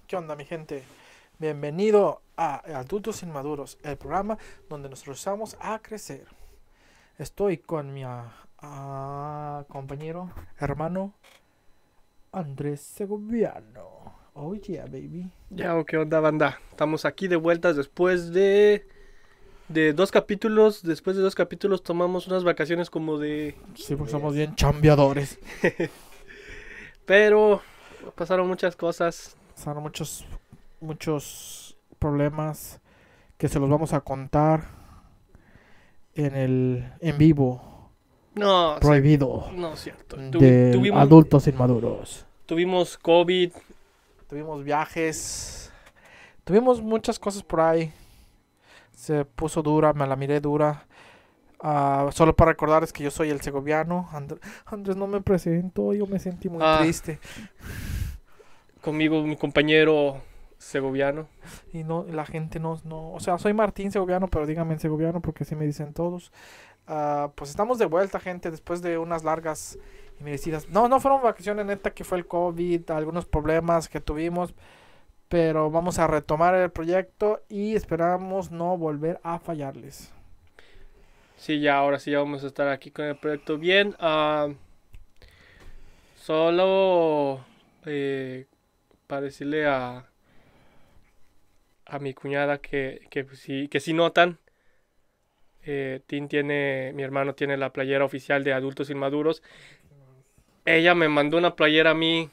¿Qué onda, mi gente? Bienvenido a Adultos Inmaduros, el programa donde nos rehusamos a crecer. Estoy con mi compañero, hermano Andrés Segoviano. Oh yeah, baby. Ya, ¿qué onda, banda? Estamos aquí de vueltas después de dos capítulos. Después de dos capítulos tomamos unas vacaciones como de Sí, porque somos mes. bien chambeadores. Pero pasaron muchas cosas. Pasaron muchos problemas que se los vamos a contar en vivo, No, prohibido, no es cierto. de Adultos Inmaduros. Tuvimos COVID. Tuvimos viajes, tuvimos muchas cosas por ahí. Se puso dura, me la miré dura. Solo para recordarles que yo soy el segoviano. Andrés no me presentó, yo me sentí muy Ah, triste. conmigo mi compañero segoviano. Y no, la gente no. O sea, soy Martín Segoviano, pero díganme segoviano porque así me dicen todos. Pues estamos de vuelta, gente, después de unas largas y merecidas. No fueron vacaciones, neta, que fue el COVID, algunos problemas que tuvimos. Pero vamos a retomar el proyecto y esperamos no volver a fallarles. Sí, ya, ahora sí ya vamos a estar aquí con el proyecto bien. Solo para decirle a mi cuñada que sí notan. Mi hermano tiene la playera oficial de Adultos Inmaduros. Ella me mandó una playera a mí.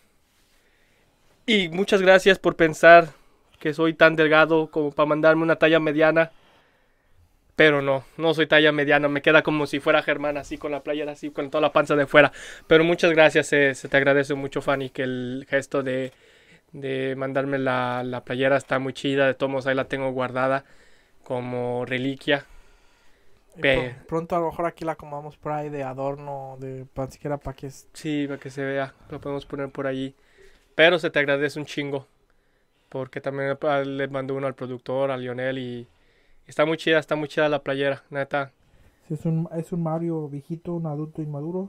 Y muchas gracias por pensar que soy tan delgado como para mandarme una talla mediana. Pero no soy talla mediana. Me queda como si fuera Germán, así con la playera, así con toda la panza de fuera. Pero muchas gracias, se te agradece mucho, Fanny, que el gesto de mandarme la playera está muy chida. De todos modos, ahí la tengo guardada como reliquia. Y Pe- pronto a lo mejor aquí la acomodamos por ahí de adorno, para siquiera para que... Sí, para que se vea, lo podemos poner por allí. Pero se te agradece un chingo, porque también le mandó uno al productor, a Lionel, y está muy chida la playera, neta. Si es un Mario viejito, un adulto inmaduro,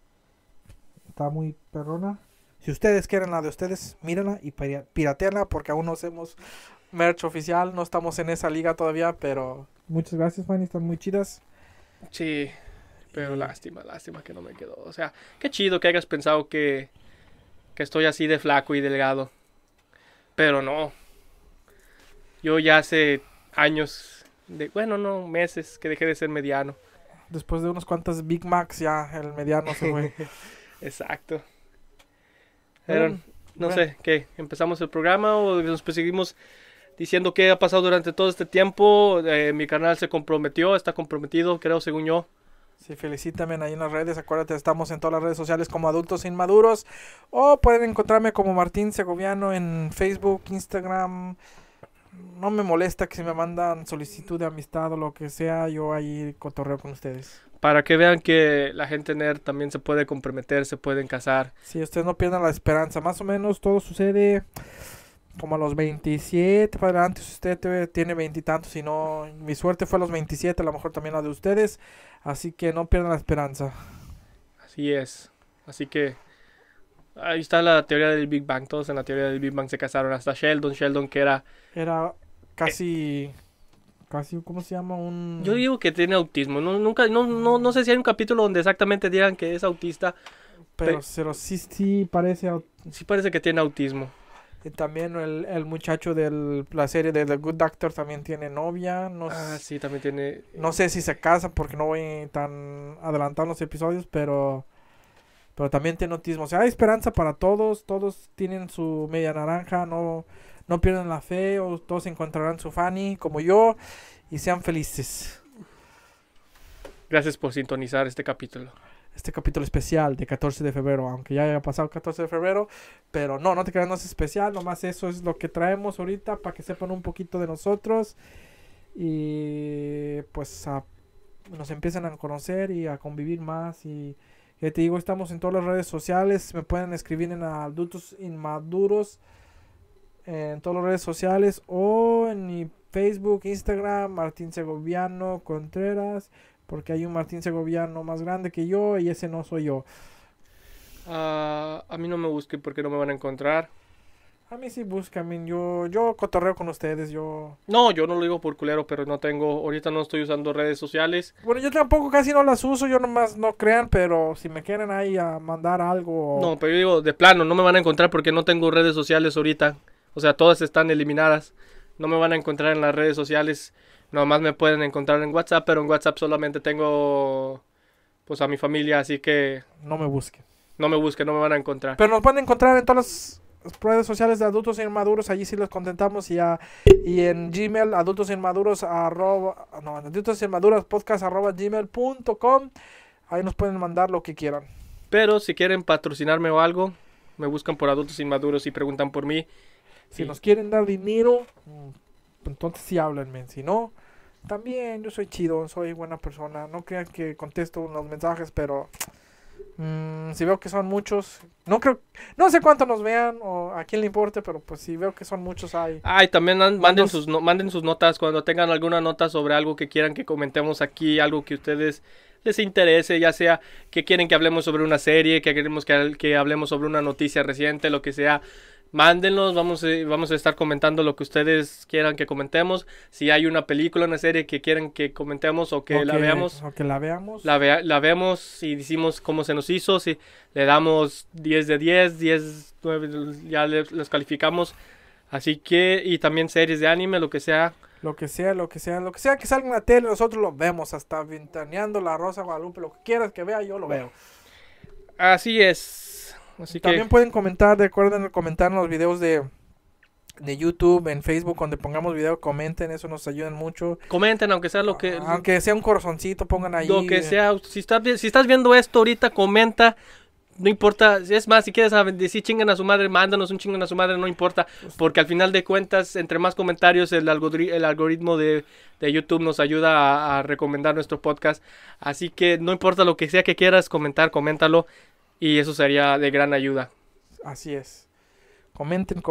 está muy perrona. Si ustedes quieren la de ustedes, mírenla y pirateanla porque aún no hacemos merch oficial, no estamos en esa liga todavía, pero... Muchas gracias, Fanny, están muy chidas. Sí, pero Y lástima que no me quedó. O sea, qué chido que hayas pensado que estoy así de flaco y delgado. Pero no, yo ya hace años, bueno, no, meses que dejé de ser mediano. después de unos cuantos Big Macs ya el mediano se fue. Exacto. Pero Bueno, no bueno, sé, ¿qué? ¿Empezamos el programa o nos seguimos diciendo qué ha pasado durante todo este tiempo? Mi canal se comprometió, está comprometido, creo, según yo. sí, felicítame ahí en las redes. Acuérdate, estamos en todas las redes sociales como Adultos Inmaduros. O pueden encontrarme como Martín Segoviano en Facebook, Instagram. No me molesta que si me mandan solicitud de amistad o lo que sea, yo ahí cotorreo con ustedes. Para que vean que la gente nerd también se puede comprometer, se pueden casar. Si ustedes no pierdan la esperanza, más o menos todo sucede como a los 27 para adelante. Si usted tiene veintitantos, si no, mi suerte fue a los 27, a lo mejor también la de ustedes. Así que no pierdan la esperanza. Así es. Así que ahí está la teoría del Big Bang. Todos en la teoría del Big Bang se casaron. Hasta Sheldon que era... Era eh, casi, ¿cómo se llama? yo digo que tiene autismo. No sé si hay un capítulo donde exactamente digan que es autista. Pero sí parece. Sí parece que tiene autismo. Y también el muchacho de la serie de The Good Doctor también tiene novia. Ah, sí, también tiene... No sé si se casa porque no voy tan adelantado en los episodios, pero también tiene autismo. O sea, hay esperanza para todos. Todos tienen su media naranja. No pierdan la fe. O todos encontrarán su Fanny como yo. Y sean felices. Gracias por sintonizar este capítulo. Este capítulo especial de 14 de febrero. Aunque ya haya pasado 14 de febrero. Pero no te creas, no es especial. Nomás eso es lo que traemos ahorita para que sepan un poquito de nosotros. Y pues nos empiezan a conocer y a convivir más. Y ya te digo, estamos en todas las redes sociales. Me pueden escribir en Adultos Inmaduros en todas las redes sociales o en mi Facebook, Instagram, Martín Segoviano Contreras, porque hay un Martín Segoviano más grande que yo y ese no soy yo. A mí no me busquen porque no me van a encontrar. A mí sí buscan, yo cotorreo con ustedes, No, yo no lo digo por culero, pero ahorita no estoy usando redes sociales. Bueno, yo tampoco casi no las uso, yo nomás no crean, pero si me quieren ahí a mandar algo... No, pero yo digo, de plano, no me van a encontrar porque no tengo redes sociales ahorita. O sea, todas están eliminadas. No me van a encontrar en las redes sociales. Nomás me pueden encontrar en WhatsApp, pero en WhatsApp solamente tengo pues a mi familia, así que No me busquen. no me busquen, no me van a encontrar. Pero nos pueden encontrar en todas las redes sociales de Adultos Inmaduros, allí sí los contentamos y en Gmail, adultosinmaduros podcast@gmail.com. Ahí nos pueden mandar lo que quieran. Pero si quieren patrocinarme o algo, me buscan por Adultos Inmaduros y preguntan por mí. Si nos quieren dar dinero, entonces sí háblenme. Si no, también yo soy chido, soy buena persona. No crean que contesto los mensajes, pero si veo que son muchos, no sé cuánto nos vean o a quién le importe, pero pues si veo que son muchos hay. Y también manden sus notas cuando tengan alguna nota sobre algo que quieran que comentemos aquí, algo que a ustedes les interese, ya sea que quieren que hablemos sobre una serie, que queremos que hablemos sobre una noticia reciente, lo que sea. Mándenlos, vamos a estar comentando lo que ustedes quieran que comentemos. Si hay una película, una serie que quieren que comentemos o que la veamos. O que la veamos. La vemos y decimos cómo se nos hizo. Si le damos 10 de 10, 10, 9, ya les calificamos. Así que, y también series de anime, lo que sea. Lo que sea que salga en la tele, nosotros lo vemos. Hasta Ventaneando la Rosa Guadalupe, lo que quieras que vea, yo lo veo. Así es. También pueden comentar, recuerden comentar en los videos de YouTube, en Facebook, cuando pongamos video, comenten, eso nos ayuda mucho. Comenten, aunque sea aunque sea un corazoncito, pongan ahí. Lo que sea, si estás viendo esto ahorita, comenta. No importa, es más, si quieres decir chingan a su madre, mándanos un chingan a su madre, no importa. Porque al final de cuentas, entre más comentarios, el algoritmo de YouTube nos ayuda a recomendar nuestro podcast. Así que no importa lo que sea que quieras comentar, coméntalo. Y eso sería de gran ayuda. Así es. Comenten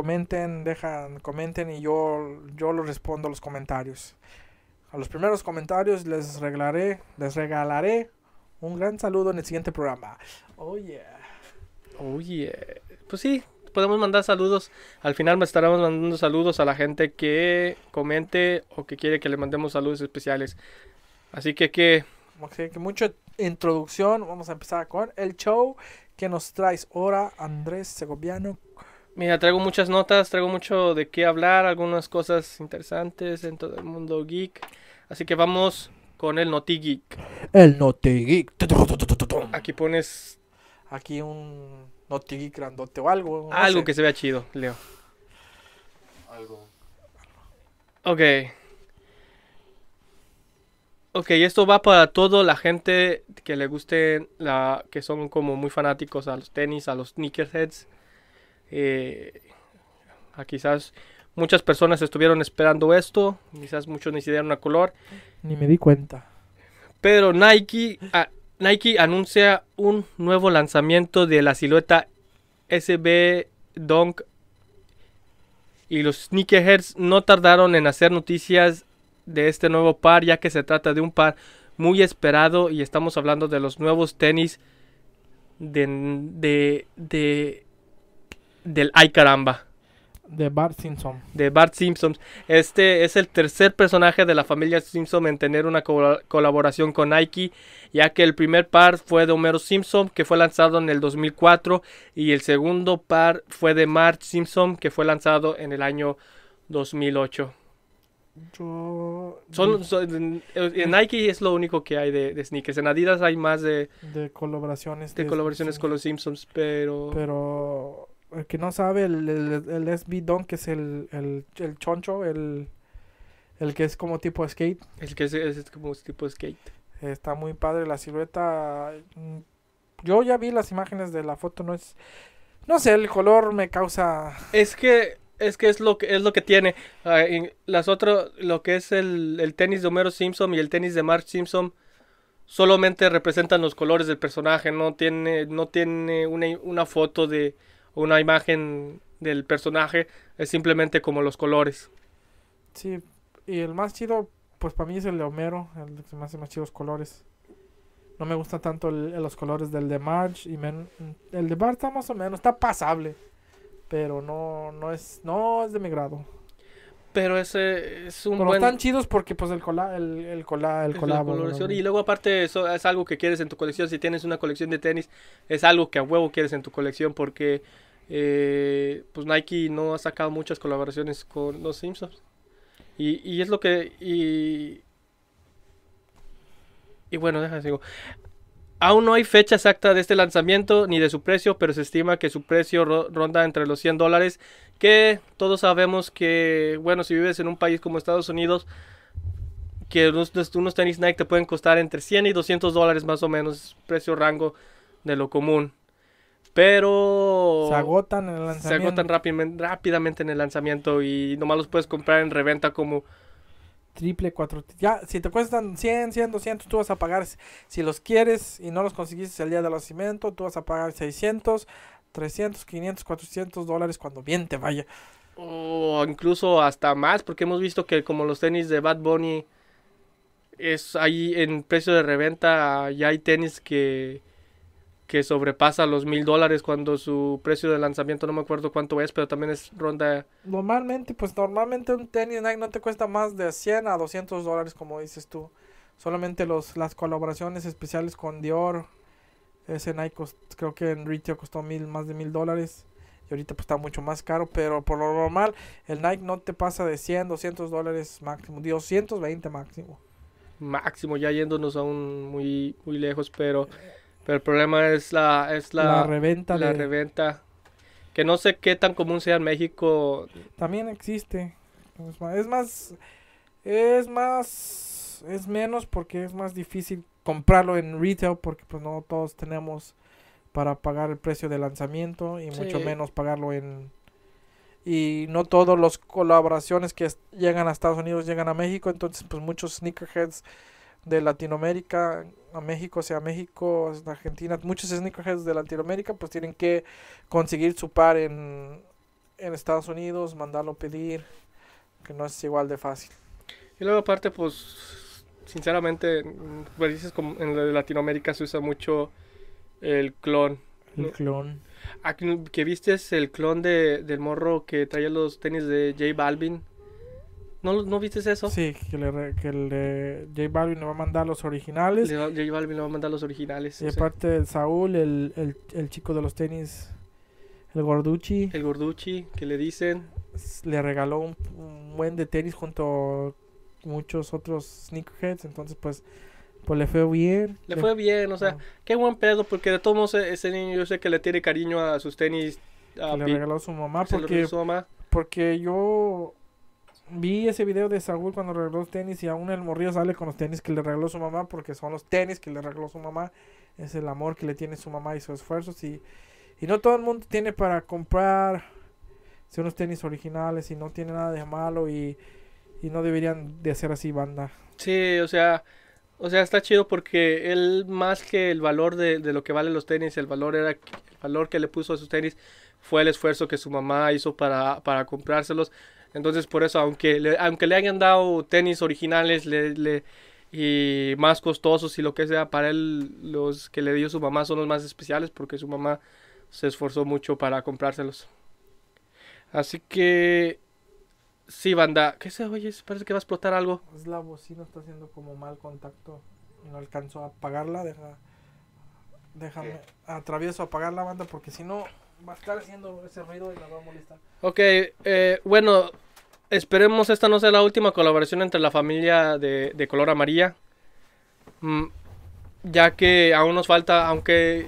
y yo los respondo a los comentarios. A los primeros comentarios les regalaré un gran saludo en el siguiente programa. Oh yeah. Oh yeah. Pues sí, podemos mandar saludos. Al final me estaremos mandando saludos a la gente que comente o que quiere que le mandemos saludos especiales. Así que mucha introducción. Vamos a empezar con el show que nos traes ahora, Andrés Segoviano. Mira, traigo muchas notas, traigo mucho de qué hablar, algunas cosas interesantes en todo el mundo geek. Así que vamos con el Noti Geek. El Noti Geek. Aquí pones... Aquí un Noti Geek grandote o algo. Algo que se vea chido, Leo. Algo. Ok, esto va para toda la gente que le guste, que son como muy fanáticos a los tenis, a los sneakerheads. Quizás muchas personas estuvieron esperando esto, quizás muchos ni se dieron a color. Ni me di cuenta. Pero Nike anuncia un nuevo lanzamiento de la silueta SB Dunk. Y los sneakerheads no tardaron en hacer noticias de este nuevo par, ya que se trata de un par muy esperado y estamos hablando de los nuevos tenis del Ay Caramba. De Bart Simpson. De Bart Simpson. Este es el tercer personaje de la familia Simpson en tener una colaboración con Nike, ya que el primer par fue de Homero Simpson, que fue lanzado en el 2004, y el segundo par fue de Marge Simpson, que fue lanzado en el año 2008. En Nike es lo único que hay de sneakers. En Adidas hay más de colaboraciones. De colaboraciones con los Simpsons, pero el que no sabe, el SB Dunk es el choncho, el que es como tipo skate. El que es como tipo skate. Está muy padre la silueta. Yo ya vi las imágenes de la foto, no sé, el color me causa... Es que es lo que tiene. Lo que es el tenis de Homero Simpson y el tenis de Marge Simpson solamente representan los colores del personaje. No tiene una foto de una imagen del personaje. Es simplemente como los colores. Sí, y el más chido, pues para mí es el de Homero, el que me hace más chidos colores. No me gusta tanto los colores del de Marge. El de Bart está más o menos, está pasable. pero no es de mi grado. Pero ese es un Pero buen... están chidos porque pues el es la colabo, colaboración. ¿verdad? Y luego aparte eso es algo que quieres en tu colección. Si tienes una colección de tenis, es algo que a huevo quieres en tu colección porque pues Nike no ha sacado muchas colaboraciones con los Simpsons. Y es lo que... Y bueno, déjame decir. Aún no hay fecha exacta de este lanzamiento ni de su precio, pero se estima que su precio ronda entre los $100, que todos sabemos que, bueno, si vives en un país como Estados Unidos, que unos tenis Nike te pueden costar entre $100 y $200 más o menos, precio rango de lo común. Pero Se agotan en el se agotan lanzamiento. rápidamente en el lanzamiento y nomás los puedes comprar en reventa como... Triple, cuatro. Ya, si te cuestan 100, 200, tú vas a pagar. Si los quieres y no los conseguiste el día del lanzamiento, tú vas a pagar 600, 300, 500, $400 cuando bien te vaya. O incluso hasta más, porque hemos visto que como los tenis de Bad Bunny es ahí en precio de reventa, ya hay tenis que sobrepasa los $1,000 cuando su precio de lanzamiento no me acuerdo cuánto es, pero también es ronda. Normalmente un tenis Nike no te cuesta más de 100 a $200, como dices tú. Solamente las colaboraciones especiales con Dior. Ese Nike creo que en retail costó más de $1,000. Y ahorita pues está mucho más caro. Pero por lo normal, el Nike no te pasa de 100, $200 máximo. 220 máximo. Máximo, ya yéndonos aún muy, muy lejos, pero el problema es La reventa la reventa. Que no sé qué tan común sea en México. también existe. Es menos porque es más difícil comprarlo en retail porque pues no todos tenemos para pagar el precio de lanzamiento y mucho Sí. menos pagarlo y no todas las colaboraciones que llegan a Estados Unidos llegan a México, entonces pues muchos sneakerheads de Latinoamérica a México, sea México, Argentina, muchos sneakerheads de Latinoamérica pues tienen que conseguir su par en Estados Unidos, mandarlo a pedir, que no es igual de fácil. Y luego aparte, pues, sinceramente, pues dices como en lo de Latinoamérica se usa mucho el clon. El ¿No? clon. Que viste es el clon del morro que traía los tenis de J Balvin. ¿No viste eso? Sí, que el de J Balvin le va a mandar los originales. J Balvin le va a mandar los originales. Y O sea, aparte de Saúl, el chico de los tenis, el Gorducci, el Gorducci, que le dicen. le regaló un buen de tenis junto a muchos otros sneakerheads. Entonces, pues le fue bien. Le fue bien, o sea, ah, qué buen pedo, porque de todos modos ese niño yo sé que le tiene cariño a sus tenis. que le regaló a su mamá. Se lo regaló su mamá. Porque yo vi ese video de Saúl cuando regaló los tenis y aún el morrillo sale con los tenis que le regaló su mamá porque son los tenis que le regaló su mamá. Es el amor que le tiene su mamá y sus esfuerzos. Y no todo el mundo tiene para comprar unos tenis originales y no tiene nada de malo y no deberían de hacer así, banda. Sí, o sea, está chido porque él más que el valor de lo que valen los tenis, el valor que le puso a sus tenis fue el esfuerzo que su mamá hizo para comprárselos. Entonces por eso, aunque le hayan dado tenis originales y más costosos y lo que sea, para él los que le dio su mamá son los más especiales porque su mamá se esforzó mucho para comprárselos. Así que sí, banda, ¿qué se oye? Parece que va a explotar algo. Es la bocina, está haciendo como mal contacto y no alcanzo a apagarla. Déjame, atravieso a apagar la banda porque si no va a estar haciendo ese ruido y la va a molestar. Ok, bueno, esperemos esta no sea la última colaboración entre la familia de color amarilla. Ya que aún nos falta, aunque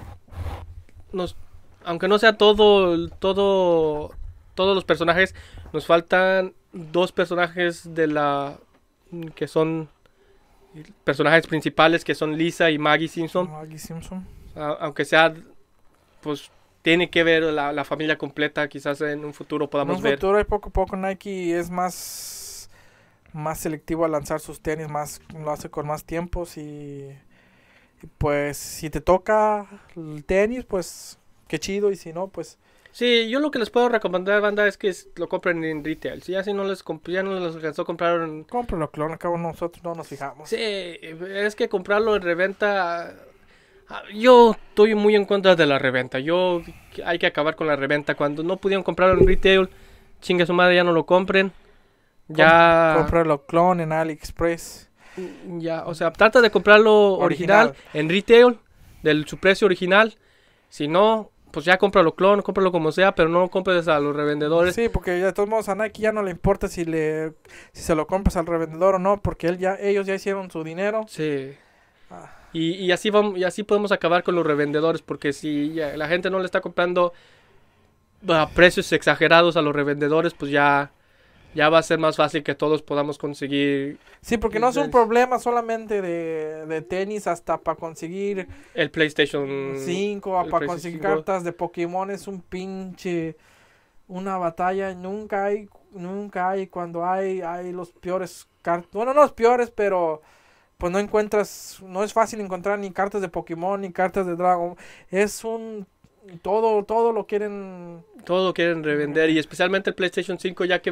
no sea todos los personajes, nos faltan dos personajes que son personajes principales, que son Lisa y Maggie Simpson. Maggie Simpson. Aunque sea, pues tiene que ver la familia completa, quizás en un futuro podamos ver. En un futuro, poco a poco Nike es más selectivo al lanzar sus tenis, lo hace con más tiempos y pues si te toca el tenis, pues qué chido, y si no, pues... Sí, yo lo que les puedo recomendar, banda, es que lo compren en retail. Si ya no les alcanzó a comprar Cómpralo, clon, acabo nosotros no nos fijamos. Sí, es que comprarlo en reventa... Yo estoy muy en contra de la reventa. Hay que acabar con la reventa. Cuando no pudieron comprarlo en retail, chingue su madre, ya no lo compren. Ya, Comprarlo clon en AliExpress. ya, o sea, trata de comprarlo original en retail, su precio original. Si no, pues ya cómpralo clon, cómpralo como sea, pero no compres a los revendedores. Sí, porque de todos modos a Nike ya no le importa si se lo compras al revendedor o no, porque ellos ya hicieron su dinero. Sí. Ah. Y así vamos, y así podemos acabar con los revendedores, porque si la gente no le está comprando a precios exagerados a los revendedores, pues ya va a ser más fácil que todos podamos conseguir. Sí, porque no es un problema solamente de tenis, hasta para conseguir el PlayStation 5, para conseguir cartas de Pokémon es un pinche, una batalla. Nunca hay cuando hay los peores cartas. Bueno, no los peores, pero pues no es fácil encontrar ni cartas de Pokémon ni cartas de Dragon. Todo lo quieren. Todo lo quieren revender, y especialmente el PlayStation 5, ya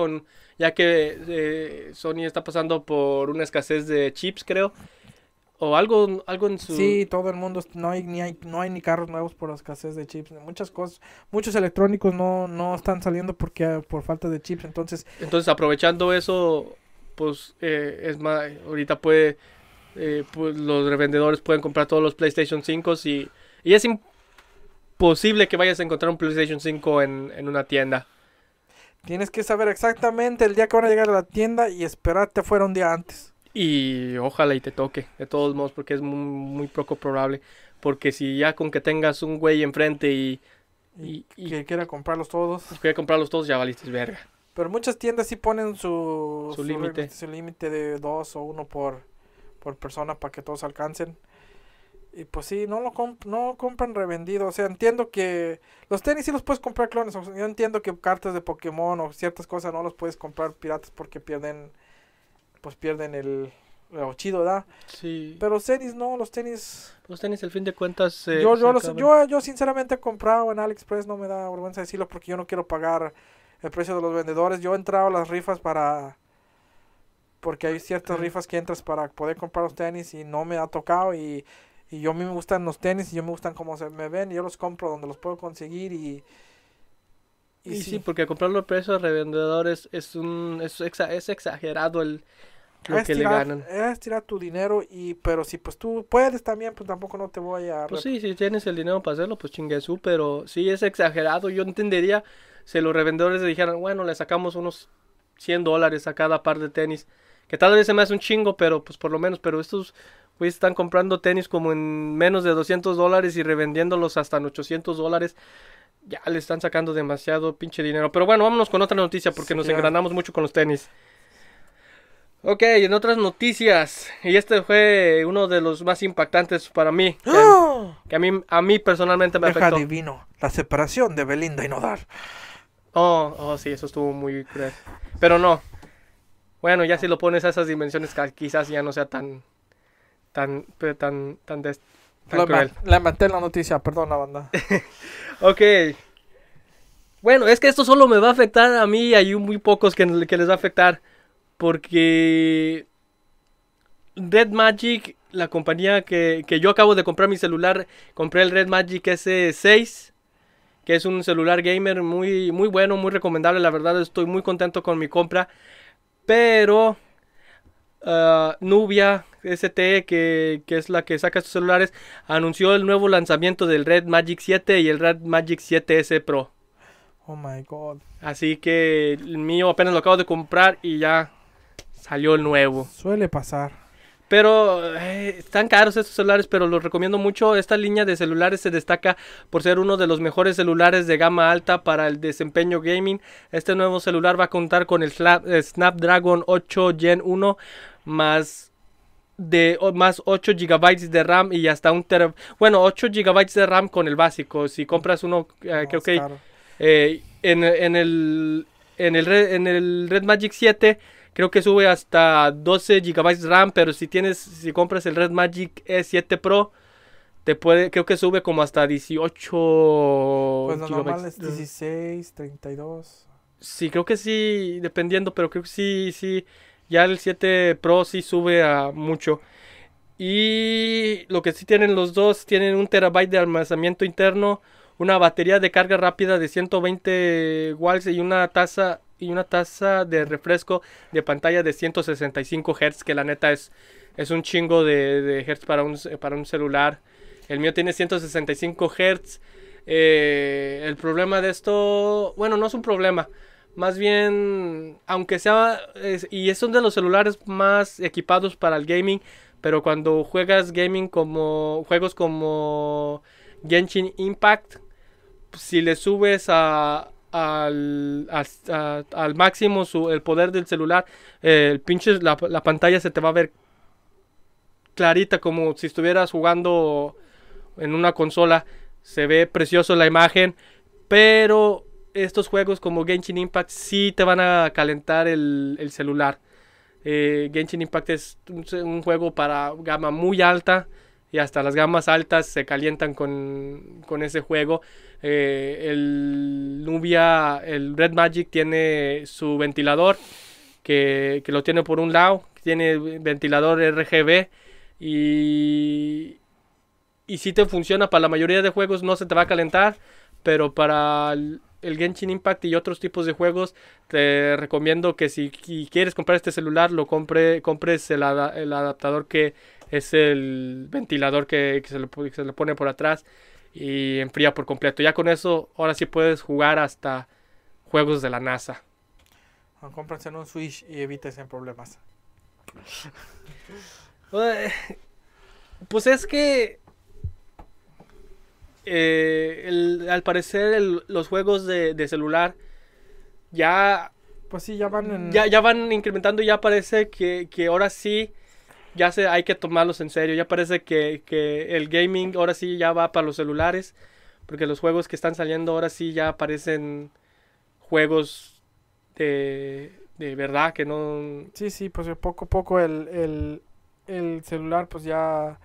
que Sony está pasando por una escasez de chips, creo. O algo en su... Sí, todo el mundo, no hay ni carros nuevos por la escasez de chips. Muchas cosas, muchos electrónicos no están saliendo por falta de chips. Entonces, aprovechando eso, pues es más, ahorita pues los revendedores pueden comprar todos los PlayStation 5 y es imposible que vayas a encontrar un PlayStation 5 en una tienda. Tienes que saber exactamente el día que van a llegar a la tienda y esperarte afuera un día antes. Y ojalá y te toque, de todos modos, porque es muy, muy poco probable. Porque si ya con que tengas un güey enfrente y que quiera comprarlos todos. Ya valiste verga. Pero muchas tiendas sí ponen su límite. Su límite de 2 o 1 por persona para que todos alcancen. Y pues sí, no compran revendido. O sea, entiendo que los tenis sí los puedes comprar clones. O sea, yo entiendo que cartas de Pokémon o ciertas cosas no los puedes comprar piratas porque pierden lo chido, ¿verdad? Sí. Pero los tenis no, los tenis, al fin de cuentas... yo sinceramente he comprado en AliExpress, no me da vergüenza decirlo porque yo no quiero pagar el precio de los vendedores. Yo he entrado a las rifas porque hay ciertas rifas que entras para poder comprar los tenis y no me ha tocado y a mí me gustan los tenis y yo me gustan cómo se me ven y yo los compro donde los puedo conseguir y sí, porque comprarlo a precios de revendedores es exagerado lo que le ganan. Es tirar tu dinero pero si pues tú puedes también, pues tampoco no te voy a... Pues sí, si tienes el dinero para hacerlo, pues chinguesú, pero sí es exagerado. Yo entendería si los revendedores le dijeran, bueno, le sacamos unos $100 a cada par de tenis, que tal vez se me hace un chingo, pero pues por lo menos, pero estos güeyes están comprando tenis como en menos de $200 y revendiéndolos hasta en $800. Ya le están sacando demasiado pinche dinero. Pero bueno, vámonos con otra noticia porque nos engranamos mucho con los tenis. Ok, en otras noticias, y este fue uno de los más impactantes para mí, que a mí personalmente me afectó. Adivino, la separación de Belinda y Nodal. Oh, sí, eso estuvo muy cruel. Pero no. Bueno, ya si lo pones a esas dimensiones, quizás ya no sea tan cruel. Lamenté la noticia, perdón la banda. Ok. Bueno, es que esto solo me va a afectar a mí y hay muy pocos que les va a afectar. Porque Red Magic, la compañía que yo acabo de comprar mi celular, compré el Red Magic S6, que es un celular gamer muy, muy bueno, muy recomendable. La verdad estoy muy contento con mi compra. Pero Nubia ST, que es la que saca estos celulares, anunció el nuevo lanzamiento del Red Magic 7 y el Red Magic 7S Pro. Oh my god. Así que el mío apenas lo acabo de comprar y ya salió el nuevo. Suele pasar. Pero están caros estos celulares, pero los recomiendo mucho. Esta línea de celulares se destaca por ser uno de los mejores celulares de gama alta para el desempeño gaming. Este nuevo celular va a contar con el Snapdragon 8 Gen 1 más 8 GB de RAM y hasta 8 GB de RAM con el básico. Si compras uno, creo que en el Red Magic 7 creo que sube hasta 12 GB de RAM, pero si compras el Red Magic E7 Pro, creo que sube como hasta 18 pues lo GB. normal es 16, 32. Sí, creo que sí, dependiendo, pero creo que sí, ya el 7 Pro sí sube a mucho. Y lo que sí tienen los dos, tienen 1 TB de almacenamiento interno, una batería de carga rápida de 120 watts y una tasa de refresco de pantalla de 165 Hz, que la neta es un chingo de Hz para un celular. El mío tiene 165 Hz. El problema de esto, bueno, no es un problema. Más bien, aunque sea, y es uno de los celulares más equipados para el gaming, pero cuando juegas gaming como juegos como Genshin Impact, si le subes al máximo el poder del celular, la pantalla se te va a ver clarita como si estuvieras jugando en una consola. Se ve precioso la imagen, pero estos juegos como Genshin Impact sí te van a calentar el celular. Genshin Impact es un juego para gama muy alta y hasta las gamas altas se calientan con ese juego. El Red Magic tiene su ventilador que lo tiene por un lado, tiene ventilador RGB y si te funciona para la mayoría de juegos, no se te va a calentar, pero para el Genshin Impact y otros tipos de juegos te recomiendo que si quieres comprar este celular compres el adaptador que es el ventilador que se le pone por atrás y enfría por completo. Ya con eso ahora sí puedes jugar hasta juegos de la NASA. Cómprense un Switch y eviten problemas. Pues es que al parecer los juegos de celular ya pues sí, ya van ya van incrementando. Ya parece que ahora sí hay que tomarlos en serio. Ya parece que el gaming ahora sí ya va para los celulares, porque los juegos que están saliendo ahora sí ya parecen juegos de verdad, que no... Sí, pues poco a poco el celular pues ya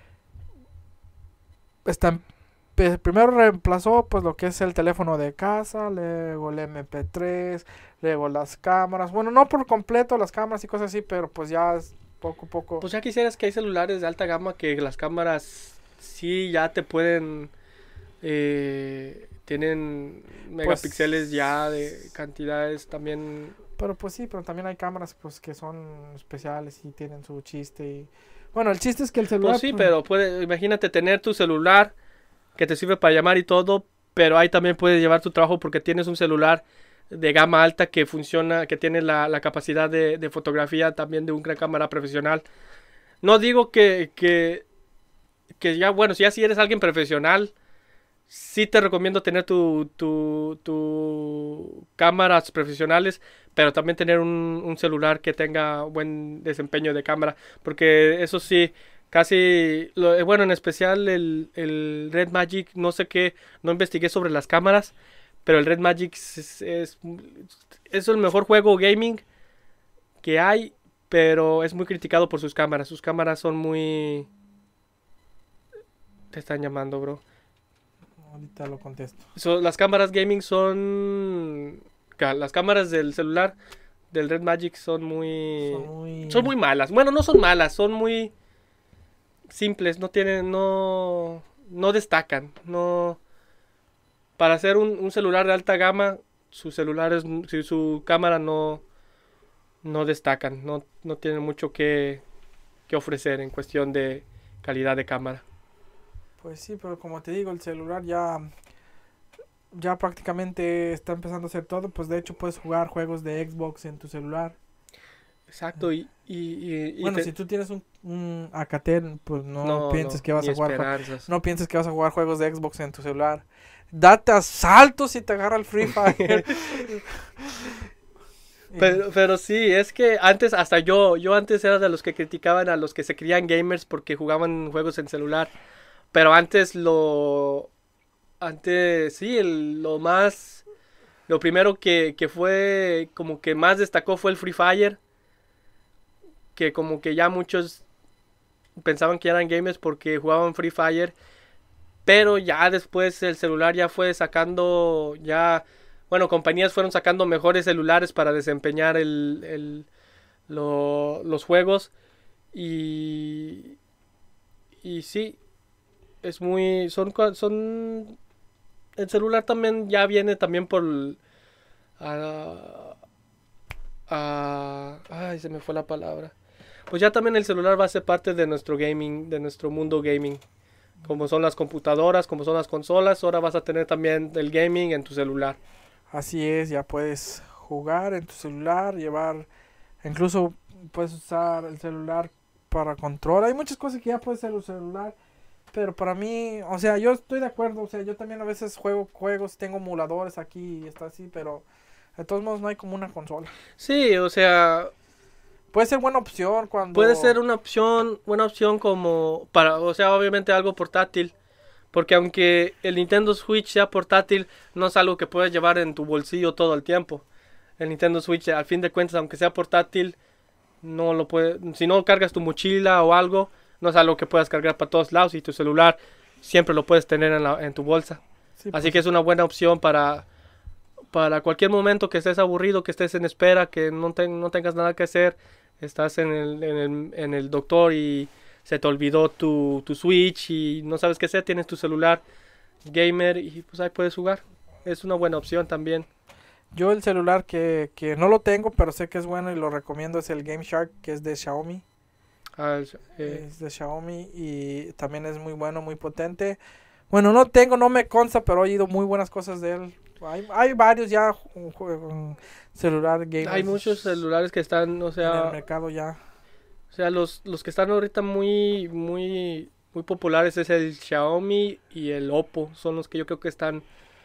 está. Primero reemplazó pues lo que es el teléfono de casa, luego el MP3, luego las cámaras. Bueno, no por completo las cámaras y cosas así, pero pues ya poco a poco. Pues ya quisieras que hay celulares de alta gama que las cámaras sí ya te pueden... tienen megapíxeles pues, ya de cantidades también. Pero pues sí, pero también hay cámaras pues que son especiales y tienen su chiste. Y bueno, el chiste es que el celular... Pues sí, pero imagínate tener tu celular que te sirve para llamar y todo, pero ahí también puedes llevar tu trabajo porque tienes un celular de gama alta que funciona, que tiene la capacidad de fotografía también de una cámara profesional. No digo que ya, bueno, si eres alguien profesional, sí te recomiendo tener tu cámaras profesionales, pero también tener un celular que tenga buen desempeño de cámara, porque eso sí, bueno, en especial el Red Magic, no sé qué, no investigué sobre las cámaras, pero el Red Magic es el mejor juego gaming que hay, pero es muy criticado por sus cámaras. Sus cámaras son muy... Te están llamando, bro. Ahorita lo contesto. Las cámaras gaming son... Las cámaras del celular del Red Magic son muy malas. Bueno, no son malas, son muy simples. No destacan. No... Para hacer un celular de alta gama, su cámara no destacan. No tienen mucho que ofrecer en cuestión de calidad de cámara. Pues sí, pero como te digo, el celular ya prácticamente está empezando a hacer todo. Pues de hecho puedes jugar juegos de Xbox en tu celular. Exacto. Bueno, si tú tienes un Alcatel, pues no pienses que vas a jugar. No pienses que vas a jugar juegos de Xbox en tu celular. Date asaltos si te agarra el Free Fire. Pero sí, es que antes, hasta yo antes era de los que criticaban a los que se creían gamers porque jugaban juegos en celular. Pero lo primero que fue como que más destacó fue el Free Fire, que como que ya muchos pensaban que eran gamers porque jugaban Free Fire, pero ya después el celular ya fue sacando, compañías fueron sacando mejores celulares para desempeñar los juegos y y sí, es muy, son, el celular también ya viene también por, a, ay, se me fue la palabra. Pues ya también el celular va a ser parte de nuestro gaming, de nuestro mundo gaming. Como son las computadoras, como son las consolas, ahora vas a tener también el gaming en tu celular. Así es, ya puedes jugar en tu celular, llevar, incluso puedes usar el celular para control. Hay muchas cosas que ya puedes hacer el celular, pero para mí, o sea, yo estoy de acuerdo, o sea, yo también a veces juego juegos, tengo emuladores aquí y está así, pero de todos modos no hay como una consola. Sí, o sea, Puede ser buena opción cuando... puede ser una opción, buena opción como para, o sea, obviamente algo portátil. Porque aunque el Nintendo Switch sea portátil, no es algo que puedas llevar en tu bolsillo todo el tiempo. El Nintendo Switch, al fin de cuentas, aunque sea portátil, no lo puede, si no cargas tu mochila o algo, no es algo que puedas cargar para todos lados y tu celular siempre lo puedes tener en tu bolsa. Sí, Así pues, que es una buena opción para cualquier momento que estés aburrido, que estés en espera, que no tengas nada que hacer, estás en el doctor y se te olvidó tu Switch y no sabes qué hacer, tienes tu celular gamer y pues ahí puedes jugar. Es una buena opción también. yo el celular que no lo tengo, pero sé que es bueno y lo recomiendo es el Game Shark, que es de Xiaomi. Ah, Es de Xiaomi y también es muy bueno, muy potente. Bueno, no tengo, no me consta, pero he oído muy buenas cosas de él. Hay varios ya celular gamers hay muchos celulares que están, en el mercado ya. o sea, los que están ahorita muy populares es el Xiaomi y el Oppo. Son los que yo creo que están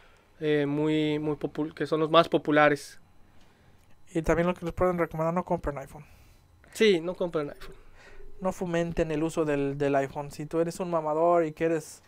que son los más populares. Y también lo que les pueden recomendar, no compren iPhone. Sí, no compren iPhone. No fomenten el uso del iPhone. Si tú eres un mamador y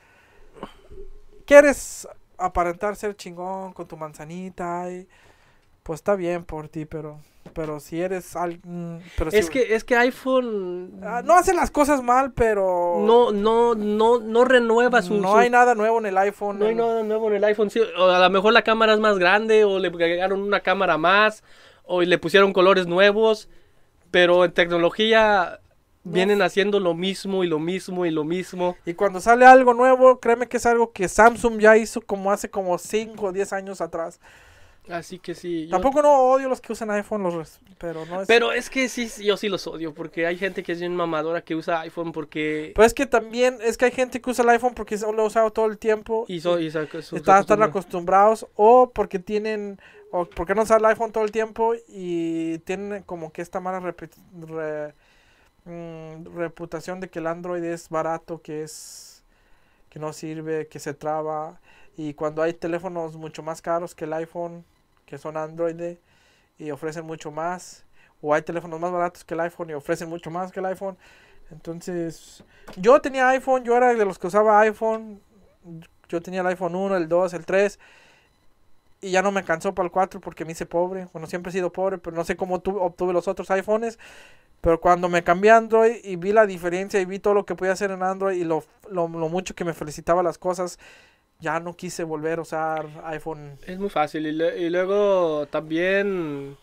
quieres aparentar ser chingón con tu manzanita, pues está bien por ti, pero si eres pero si, Es que iPhone no hacen las cosas mal, pero no renueva no hay nada nuevo en el iPhone. no hay nada nuevo en el iPhone. Sí, o a lo mejor la cámara es más grande, o le agregaron una cámara más, o le pusieron colores nuevos, pero en tecnología vienen haciendo lo mismo y lo mismo y lo mismo. Y cuando sale algo nuevo, créeme que es algo que Samsung ya hizo como hace como 5 o 10 años atrás. Así que sí. Tampoco no odio los que usan iPhone, pero no es... Pero es que sí, yo sí los odio, porque hay gente que es bien mamadora que usa iPhone porque... Pues es que también, es que hay gente que usa el iPhone porque lo ha usado todo el tiempo. Están acostumbrados, o porque o porque no usan el iPhone todo el tiempo y tienen como que esta mala reputación de que el Android es barato, que no sirve, que se traba. Y cuando hay teléfonos mucho más caros que el iPhone, que son Android y ofrecen mucho más, o hay teléfonos más baratos que el iPhone y ofrecen mucho más que el iPhone. Entonces, yo tenía iPhone, yo era de los que usaba iPhone. Yo tenía el iPhone 1, el 2, el 3, y ya no me alcanzó para el 4 porque me hice pobre. Bueno, siempre he sido pobre, pero no sé cómo obtuve los otros iPhones. Pero cuando me cambié a Android y vi la diferencia y vi todo lo que podía hacer en Android y lo mucho que me felicitaba las cosas, ya no quise volver a usar iPhone. Es muy fácil. Y luego también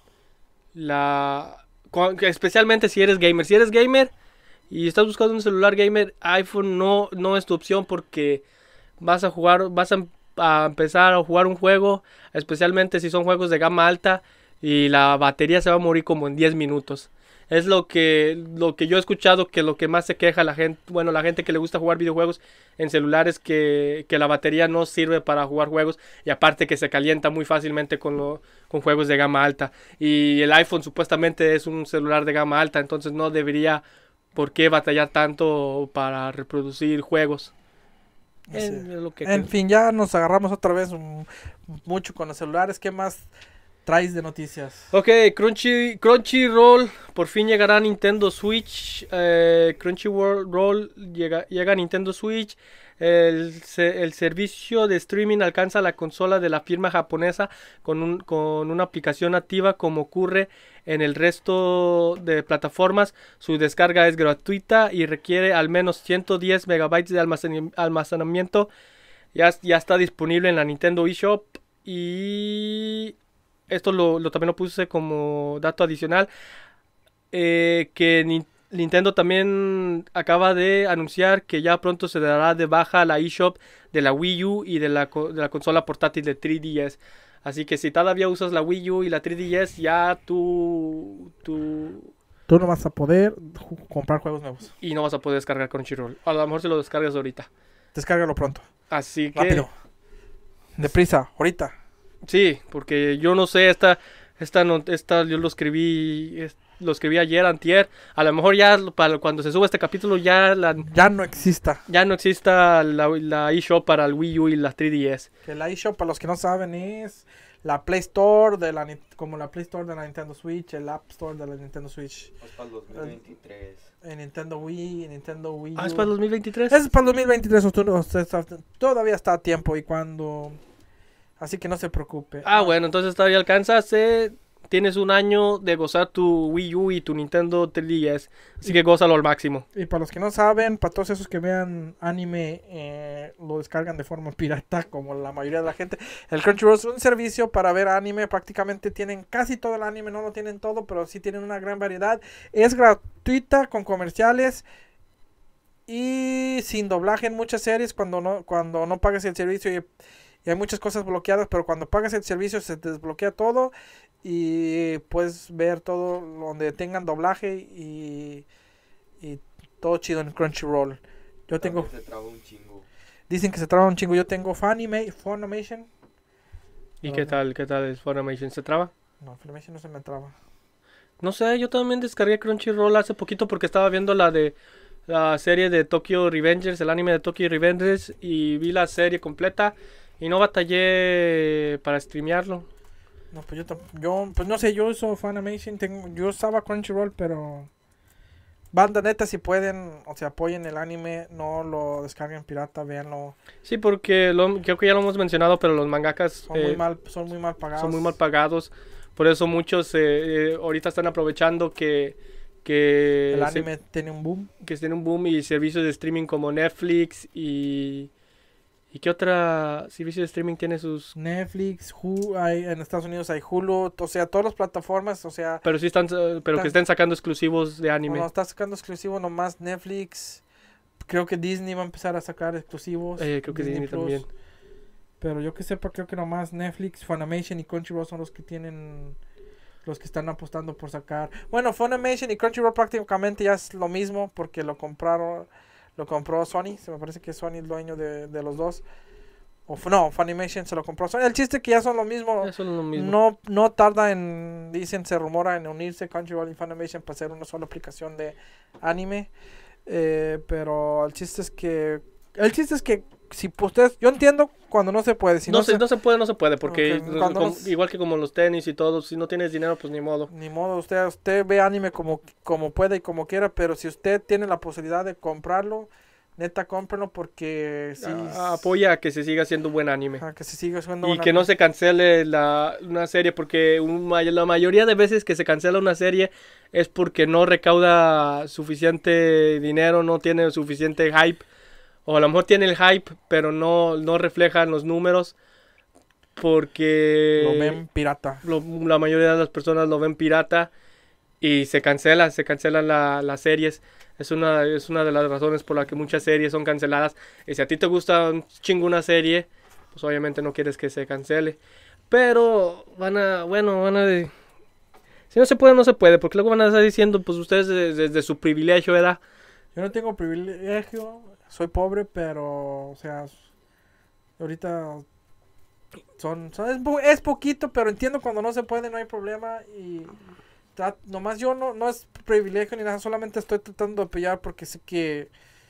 especialmente si eres gamer. Si eres gamer y estás buscando un celular gamer, iPhone no es tu opción, porque vas a empezar a jugar un juego, especialmente si son juegos de gama alta, y la batería se va a morir como en 10 minutos. Es lo que yo he escuchado, que lo que más se queja la gente, bueno, la gente que le gusta jugar videojuegos en celulares, que la batería no sirve para jugar juegos, y aparte que se calienta muy fácilmente con juegos de gama alta. Y el iPhone supuestamente es un celular de gama alta, entonces no debería por qué batallar tanto para reproducir juegos. En fin, ya nos agarramos otra vez mucho con los celulares. ¿Qué más traes de noticias? Ok, Crunchyroll por fin llegará a Nintendo Switch. Crunchyroll llega a Nintendo Switch. El servicio de streaming alcanza la consola de la firma japonesa con una aplicación nativa, como ocurre en el resto de plataformas. Su descarga es gratuita y requiere al menos 110 megabytes de almacenamiento. Ya está disponible en la Nintendo eShop, y esto también lo puse como dato adicional, que Nintendo también acaba de anunciar que ya pronto se dará de baja la eShop de la Wii U y de la consola portátil de 3DS. Así que si todavía usas la Wii U y la 3DS, ya Tú no vas a poder comprar juegos nuevos. y no vas a poder descargar Crunchyroll. A lo mejor se lo descargas ahorita. Descárgalo pronto. Así que Rápido. Deprisa, ahorita. sí, porque yo no sé, esta yo lo escribí ayer, antier. A lo mejor ya para cuando se suba este capítulo ya Ya no exista. ya no exista la eShop para el Wii U y la 3DS. Que la eShop, para los que no saben, es la Play Store como la Play Store de la Nintendo Switch, el App Store de la Nintendo Switch. Es para el 2023. En Nintendo Wii, Nintendo Wii U. ¿Es para el 2023? Es para el 2023, todavía está a tiempo y cuando... Así que no se preocupe. Bueno, entonces todavía alcanzas. Tienes un año de gozar tu Wii U y tu Nintendo 3DS. Así que gózalo al máximo. Y para los que no saben, para todos esos que vean anime, lo descargan de forma pirata, como la mayoría de la gente. El Crunchyroll es un servicio para ver anime. Prácticamente tienen casi todo el anime, no lo tienen todo, pero sí tienen una gran variedad. Es gratuita, con comerciales y sin doblaje en muchas series cuando no pagas el servicio. Y hay muchas cosas bloqueadas, pero cuando pagas el servicio se te desbloquea todo y puedes ver todo donde tengan doblaje y todo chido en Crunchyroll. Yo tengo... Se traba un chingo. Dicen que se traba un chingo. Yo tengo Funimation. ¿Y qué tal es Funimation? ¿Se traba? No, Funimation no se me traba. No sé, yo también descargué Crunchyroll hace poquito porque estaba viendo la serie de Tokyo Revengers, el anime de Tokyo Revengers, y vi la serie completa y no batallé para streamearlo. No, pues pues no sé, yo uso Funimation, yo usaba Crunchyroll, pero banda neta, si pueden, o sea, apoyen el anime, no lo descarguen pirata, véanlo. Sí, porque creo que ya lo hemos mencionado, pero los mangakas Son muy mal pagados. son muy mal pagados. Por eso muchos ahorita están aprovechando que El anime tiene un boom. que tiene un boom, y servicios de streaming como Netflix ¿y qué otra servicio de streaming tiene sus...? Netflix, en Estados Unidos hay Hulu, o sea, todas las plataformas, o sea... Pero sí que estén sacando exclusivos de anime. No, está sacando exclusivos nomás Netflix. Creo que Disney va a empezar a sacar exclusivos. Creo que Disney Plus. también. Pero yo que sepa, creo que nomás Netflix, Funimation y Crunchyroll son los que tienen... Los que están apostando por sacar... Bueno, Funimation y Crunchyroll prácticamente ya es lo mismo porque lo compró Sony. Se me parece que Sony es dueño de los dos. No, Funimation se lo compró Sony. El chiste es que ya son lo mismo. Ya son lo mismo. No tarda se rumora en unirse Crunchyroll y Funimation para hacer una sola aplicación de anime. Pero el chiste es que si ustedes, yo entiendo cuando no se puede. Si no se puede, porque Okay, igual que como los tenis y todo, si no tienes dinero, pues ni modo. Ni modo, usted ve anime como puede y como quiera, pero si usted tiene la posibilidad de comprarlo, neta, cómprenlo porque sí. Apoya a que se siga haciendo buen anime. A que se siga haciendo Y buen que anime. no se cancele una serie, porque la mayoría de veces que se cancela una serie es porque no recauda suficiente dinero, no tiene suficiente hype. O a lo mejor tiene el hype, pero no reflejan los números porque... Lo ven pirata. La mayoría de las personas lo ven pirata y se cancelan las series. Es una de las razones por la que muchas series son canceladas. Y si a ti te gusta un chingo una serie, pues obviamente no quieres que se cancele. Pero si no se puede, no se puede, porque luego van a estar diciendo, pues ustedes desde su privilegio, ¿verdad? Yo no tengo privilegio, soy pobre, pero, o sea, ahorita es poquito, pero entiendo cuando no se puede, no hay problema. Y nomás yo no es privilegio ni nada, solamente estoy tratando de apoyar porque sé que...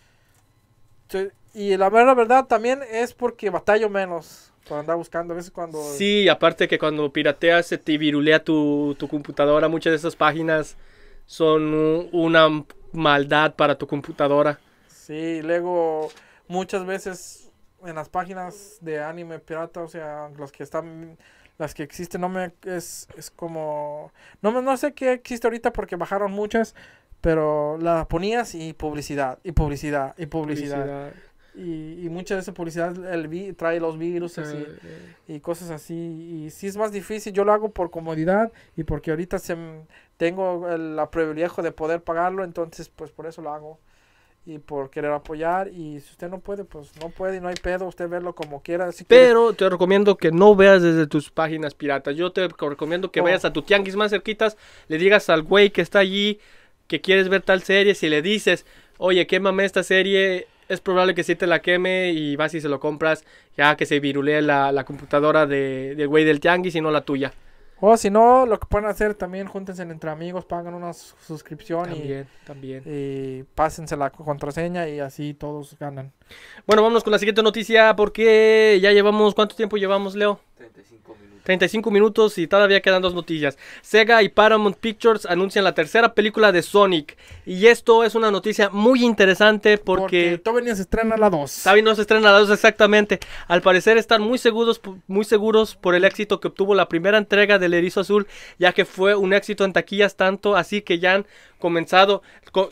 Y la verdad también es porque batallo menos para andar buscando a veces cuando... Sí, aparte que cuando pirateas se te virulea tu computadora, muchas de esas páginas son una maldad para tu computadora. Sí, luego muchas veces en las páginas de anime pirata, o sea, las que existen, es como, no sé qué existe ahorita porque bajaron muchas, pero las ponías y publicidad. y mucha de esa publicidad trae los virus y cosas así. Y sí es más difícil, yo lo hago por comodidad y porque ahorita tengo el privilegio de poder pagarlo, entonces pues por eso lo hago. Y por querer apoyar, y si usted no puede, pues no puede y no hay pedo, usted verlo como quiera. Pero te recomiendo que no veas desde tus páginas piratas. Yo te recomiendo que vayas a tu tianguis más cerquitas, le digas al güey que está allí que quieres ver tal serie, si le dices, oye, quémame esta serie, es probable que sí te la queme y vas y se lo compras, ya que se virulee la computadora del güey del tianguis y no la tuya. O si no, lo que pueden hacer también, júntense entre amigos, pagan una suscripción También. y pásense la contraseña y así todos ganan. Bueno, vámonos con la siguiente noticia porque ya llevamos, ¿cuánto tiempo llevamos, Leo? 35 minutos. 35 minutos y todavía quedan dos noticias. Sega y Paramount Pictures anuncian la tercera película de Sonic. Y esto es una noticia muy interesante porque todavía se estrena la 2. Todavía no se estrena la 2 exactamente. Al parecer están muy seguros por el éxito que obtuvo la primera entrega del Erizo Azul, ya que fue un éxito en taquillas tanto así que ya han comenzado...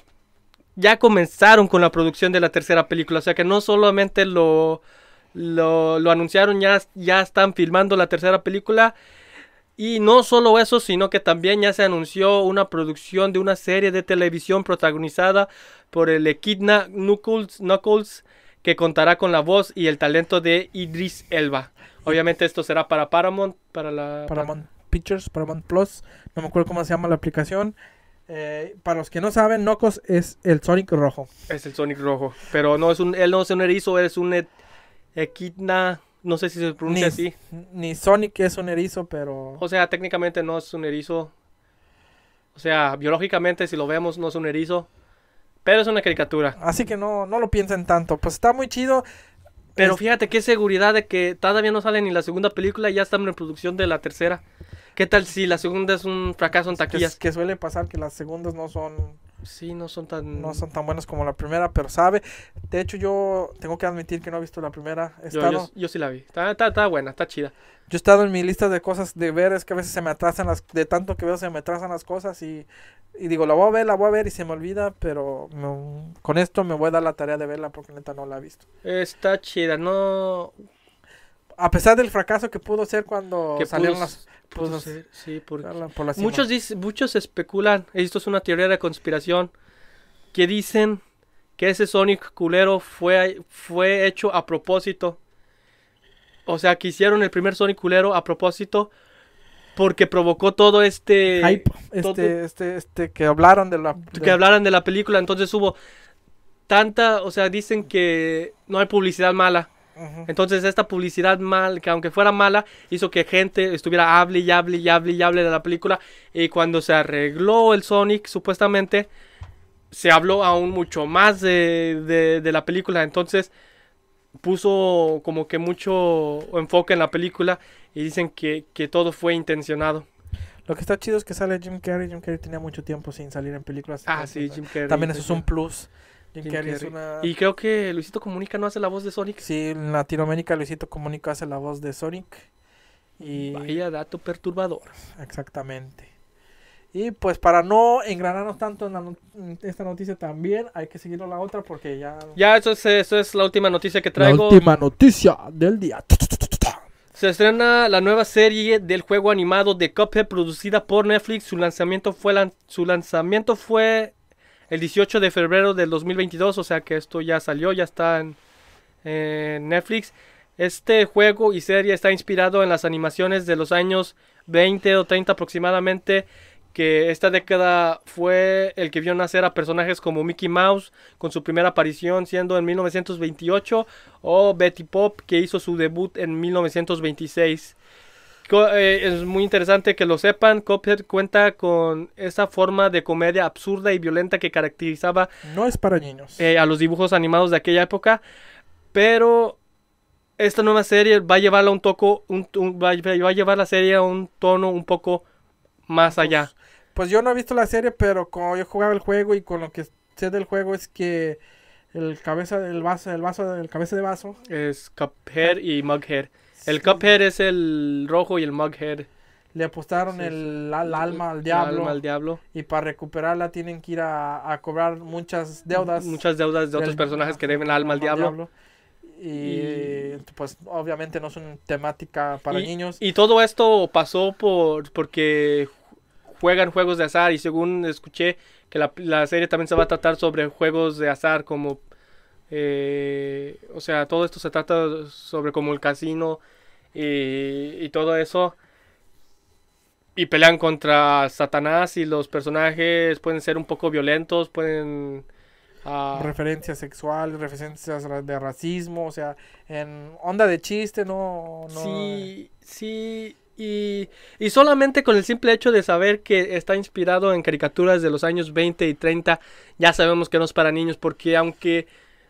Ya comenzaron con la producción de la tercera película. O sea que no solamente lo anunciaron, ya están filmando la tercera película. Y no solo eso, sino que también ya se anunció una producción de una serie de televisión protagonizada por el Echidna Knuckles, que contará con la voz y el talento de Idris Elba. Obviamente esto será para Paramount, Paramount Pictures, Paramount Plus, no me acuerdo cómo se llama la aplicación. Para los que no saben, Knuckles es el Sonic rojo. Es el Sonic rojo, pero él no es un erizo, es un Echidna, no sé si se pronuncia así. Ni Sonic es un erizo, pero... O sea, técnicamente no es un erizo. O sea, biológicamente si lo vemos no es un erizo, pero es una caricatura. Así que no lo piensen tanto, pues está muy chido. Pero fíjate qué seguridad de que todavía no sale ni la segunda película y ya estamos en producción de la tercera. ¿Qué tal si la segunda es un fracaso en taquillas? Que suele pasar que las segundas no son... Sí, no son tan buenas como la primera, pero sabe. De hecho, yo tengo que admitir que no he visto la primera. Yo sí la vi. Está buena, está chida. Yo he estado en mi lista de cosas de ver, es que a veces se me atrasan de tanto que veo se me atrasan las cosas y digo, la voy a ver y se me olvida, pero con esto me voy a dar la tarea de verla porque neta no la he visto. Está chida, no... A pesar del fracaso que pudo ser cuando salieron las... Sí, porque por la cima. Muchos especulan, esto es una teoría de conspiración, que dicen que ese Sonic culero fue hecho a propósito. O sea, que hicieron el primer Sonic culero a propósito porque provocó todo este... hype, que hablaran de la... Que hablaran de la película, entonces hubo tanta... O sea, dicen que no hay publicidad mala. Entonces esta publicidad mal, que aunque fuera mala, hizo que gente estuviera hable de la película. Y cuando se arregló el Sonic, supuestamente, se habló aún mucho más de la película. Entonces puso como que mucho enfoque en la película y dicen que todo fue intencionado. Lo que está chido es que sale Jim Carrey. Jim Carrey tenía mucho tiempo sin salir en películas. Sí, Jim Carrey. También eso es un plus. Jim Carrey es una... Y creo que Luisito Comunica no hace la voz de Sonic. Sí, en Latinoamérica Luisito Comunica hace la voz de Sonic. Y... Vaya dato perturbador. Exactamente. Y pues para no engranarnos tanto en esta noticia también, hay que seguir la otra porque ya... Ya, eso es la última noticia que traigo. La última noticia del día. Se estrena la nueva serie del juego animado de Cuphead producida por Netflix. Su lanzamiento fue el 18 de febrero del 2022, o sea que esto ya salió, ya está en Netflix. Este juego y serie está inspirado en las animaciones de los años 20 o 30 aproximadamente, que esta década fue el que vio nacer a personajes como Mickey Mouse, con su primera aparición siendo en 1928, o Betty Pop, que hizo su debut en 1926. Es muy interesante que lo sepan. Cuphead cuenta con esa forma de comedia absurda y violenta que caracterizaba no es para niños a los dibujos animados de aquella época, pero esta nueva serie va a llevarla va a llevar la serie a un tono un poco más allá. Pues yo no he visto la serie, pero como yo jugaba el juego y con lo que sé del juego es que el cabeza de vaso es Cuphead y Mughead. El Cuphead es el rojo y el Mughead le apostaron el alma al diablo. Y para recuperarla tienen que ir a cobrar muchas deudas. De otros personajes que deben el alma al diablo. Y pues obviamente no es una temática para niños. Y todo esto pasó porque juegan juegos de azar, y según escuché que la serie también se va a tratar sobre juegos de azar, como o sea, todo esto se trata sobre como el casino y todo eso, y pelean contra Satanás, y los personajes pueden ser un poco violentos, pueden referencias sexuales, referencias de racismo, o sea, en onda de chiste, no. Sí, sí. Y solamente con el simple hecho de saber que está inspirado en caricaturas de los años 20 y 30, ya sabemos que no es para niños, porque aunque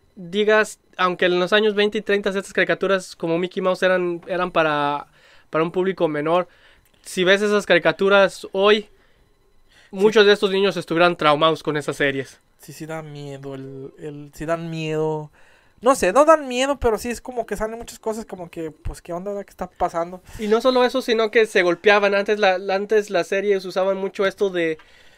en los años 20 y 30 estas caricaturas como Mickey Mouse eran para un público menor, si ves esas caricaturas hoy, muchos de estos niños estuvieran traumados con esas series. Sí dan miedo, sí dan miedo. No sé, no dan miedo, pero sí es como que salen muchas cosas como que, pues, ¿qué onda? ¿Qué está pasando? Y no solo eso, sino que se golpeaban. Antes las series usaban mucho esto de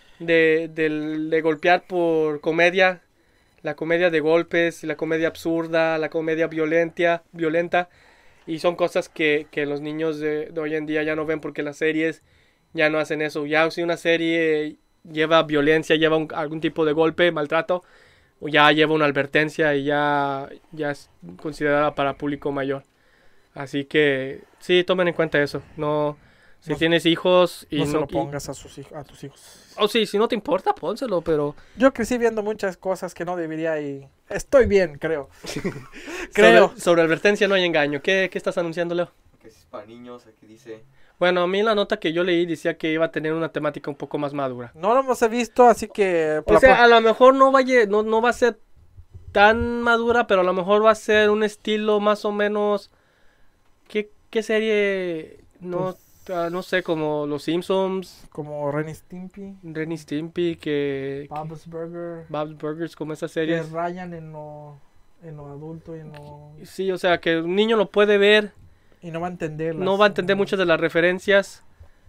golpear por comedia. La comedia de golpes, la comedia absurda, la comedia violenta. Y son cosas que los niños de hoy en día ya no ven, porque las series ya no hacen eso. Ya si una serie lleva violencia, lleva algún tipo de golpe, maltrato, o ya lleva una advertencia y ya es considerada para público mayor. Así que sí, tomen en cuenta eso. Si tienes hijos y no se lo pongas a tus hijos. Sí, si no te importa, pónselo, pero yo crecí viendo muchas cosas que no debería y estoy bien, creo. Creo. Sobre advertencia no hay engaño. ¿Qué estás anunciando, Leo? Que es para niños, aquí dice. Bueno, a mí la nota que yo leí decía que iba a tener una temática un poco más madura. No lo hemos visto, así que... O sea, a lo mejor no va a ser tan madura, pero a lo mejor va a ser un estilo más o menos... ¿Qué serie? No sé, como Los Simpsons. Como Ren y Stimpy. Bob's Burgers. Burgers, como esas series. Que rayan en lo adulto y en lo... Sí, o sea, que un niño lo puede ver. Y no va a entender. No va a entender muchas de las referencias.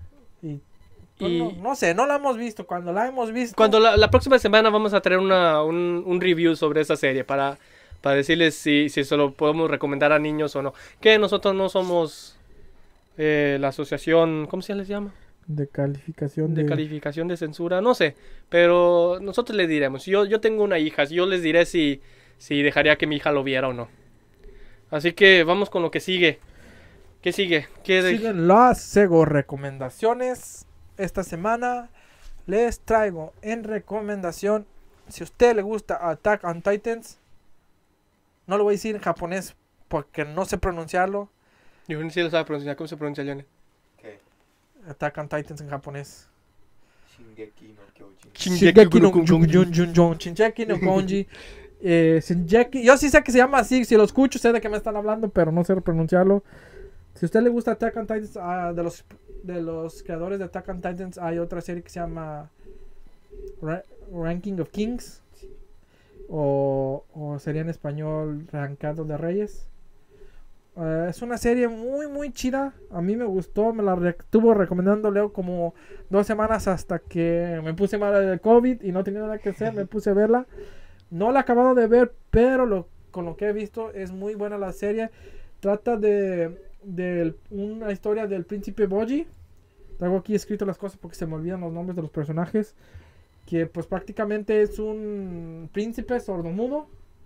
No sé, no la hemos visto. Cuando la hemos visto... Cuando la próxima semana vamos a traer un review sobre esa serie para decirles si se lo podemos recomendar a niños o no. Que nosotros no somos la asociación... ¿Cómo se les llama? De calificación de censura, no sé. Pero nosotros les diremos. Yo tengo una hija. Yo les diré si dejaría que mi hija lo viera o no. Así que vamos con lo que sigue. ¿Qué sigue? Siguen las Sego recomendaciones. Esta semana les traigo en recomendación, si a usted le gusta Attack on Titans, no lo voy a decir en japonés porque no sé pronunciarlo. Yo ni siquiera lo sabe pronunciar. ¿Cómo se pronuncia, Johnny? ¿Qué? Attack on Titans en japonés. Shingeki no Kyojin. Shingeki no Kyojin. Yo sí sé que se llama así, si lo escucho sé de qué me están hablando, pero no sé pronunciarlo. Si a usted le gusta Attack on Titans, de los creadores de Attack on Titans, hay otra serie que se llama Ranking of Kings, o sería en español Rancado de Reyes. Es una serie muy muy chida, a mí me gustó, me la estuvo recomendando Leo como 2 semanas hasta que me puse mal del COVID y no tenía nada que hacer, me puse a verla. No la he acabado de ver, pero con lo que he visto es muy buena la serie. Trata de una historia del príncipe Boji. Traigo aquí escrito las cosas porque se me olvidan los nombres de los personajes. Que pues prácticamente es un príncipe sordomudo,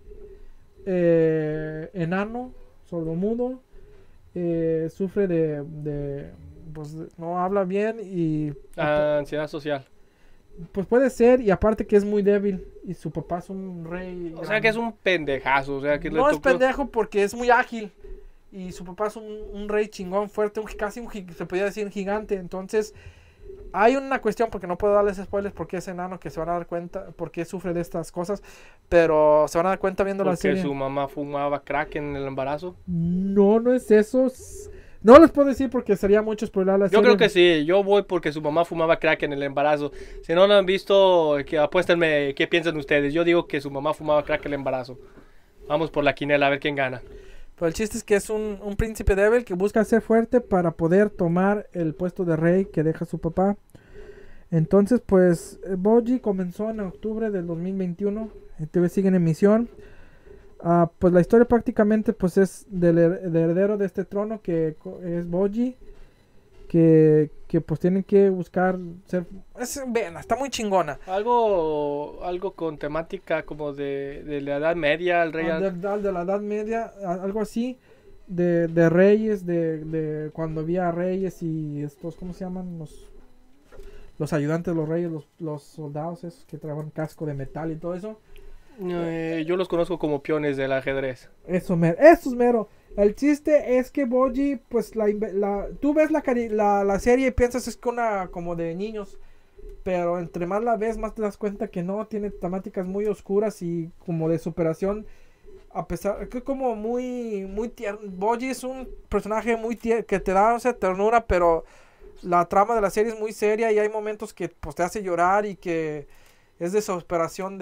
enano, sordomudo, sufre pues no habla bien y... ansiedad social. Pues puede ser, y aparte que es muy débil y su papá es un rey. O sea que es un pendejazo, o sea que no es pendejo porque es muy ágil. Y su papá es un rey chingón, fuerte, se podría decir un gigante. Entonces, hay una cuestión, porque no puedo darles spoilers porque es enano, que se van a dar cuenta porque sufre de estas cosas. Pero se van a dar cuenta viendo la serie. ¿Porque su mamá fumaba crack en el embarazo? No es eso. No les puedo decir porque sería mucho spoiler la serie. Yo creo que sí, yo voy porque su mamá fumaba crack en el embarazo. Si no lo han visto, apuéstenme qué piensan ustedes. Yo digo que su mamá fumaba crack en el embarazo. Vamos por la quinela a ver quién gana. Pero el chiste es que es un príncipe débil que busca ser fuerte para poder tomar el puesto de rey que deja su papá. Entonces, pues, Boji comenzó en octubre del 2021. TV sigue en emisión. Pues la historia prácticamente pues es del heredero de este trono que es Boji, que pues tienen que buscar ser... Ven, está muy chingona. Algo con temática como de la Edad Media, el rey... De la Edad Media, algo así, de reyes, de cuando había reyes y estos, ¿cómo se llaman? Los ayudantes de los reyes, los soldados esos que traían casco de metal y todo eso. Yo los conozco como peones del ajedrez. Eso es mero. El chiste es que Boji, pues tú ves la serie y piensas es como de niños, pero entre más la ves, más te das cuenta que no, tiene temáticas muy oscuras y como de superación, a pesar que como muy tierno. Boji es un personaje muy que te da, o sea, ternura, pero la trama de la serie es muy seria y hay momentos que pues te hace llorar y que es de superación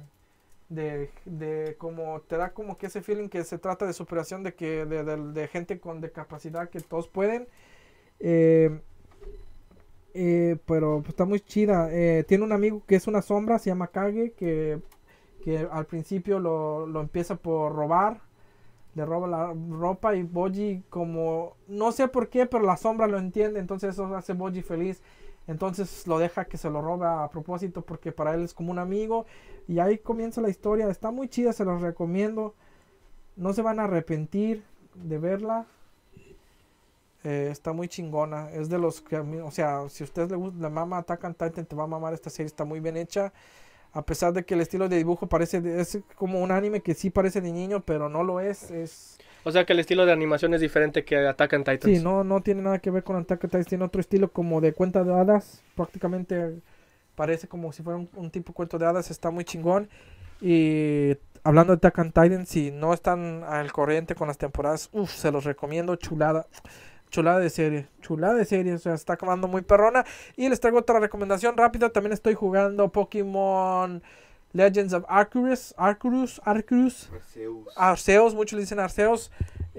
de como te da como que ese feeling que se trata de superación de gente con discapacidad que todos pueden, pero pues, está muy chida. Tiene un amigo que es una sombra, se llama Kage, que al principio lo empieza por robar, le roba la ropa y Boji, como no sé por qué, pero la sombra lo entiende, entonces eso hace Boji feliz. Entonces lo deja que se lo roba a propósito porque para él es como un amigo. Y ahí comienza la historia. Está muy chida, se los recomiendo. No se van a arrepentir de verla. Está muy chingona. Es de los que, o sea, si a usted le gusta, la mama Attack on Titan, te va a mamar esta serie. Está muy bien hecha. A pesar de que el estilo de dibujo es como un anime que sí parece de niño, pero no lo es. O sea que el estilo de animación es diferente que Attack on Titans. Sí, no tiene nada que ver con Attack on Titan. Tiene otro estilo como de cuenta de hadas. Prácticamente parece como si fuera un tipo de cuento de hadas. Está muy chingón. Y hablando de Attack on Titan, si no están al corriente con las temporadas, se los recomiendo. Chulada de serie. O sea, está acabando muy perrona. Y les traigo otra recomendación rápida. También estoy jugando Pokémon Legends of Arceus. Arceus, muchos le dicen Arceus.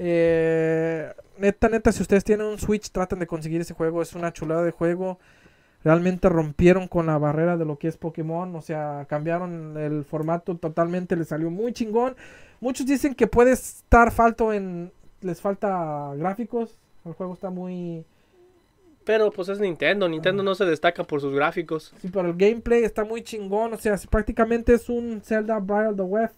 Neta, si ustedes tienen un Switch, traten de conseguir ese juego. Es una chulada de juego. Realmente rompieron con la barrera de lo que es Pokémon. O sea, cambiaron el formato totalmente. Les salió muy chingón. Muchos dicen que puede estar les falta gráficos. El juego está muy... Pero pues es Nintendo. Nintendo no se destaca por sus gráficos. Sí, pero el gameplay está muy chingón. O sea, prácticamente es un Zelda Breath of the Wild.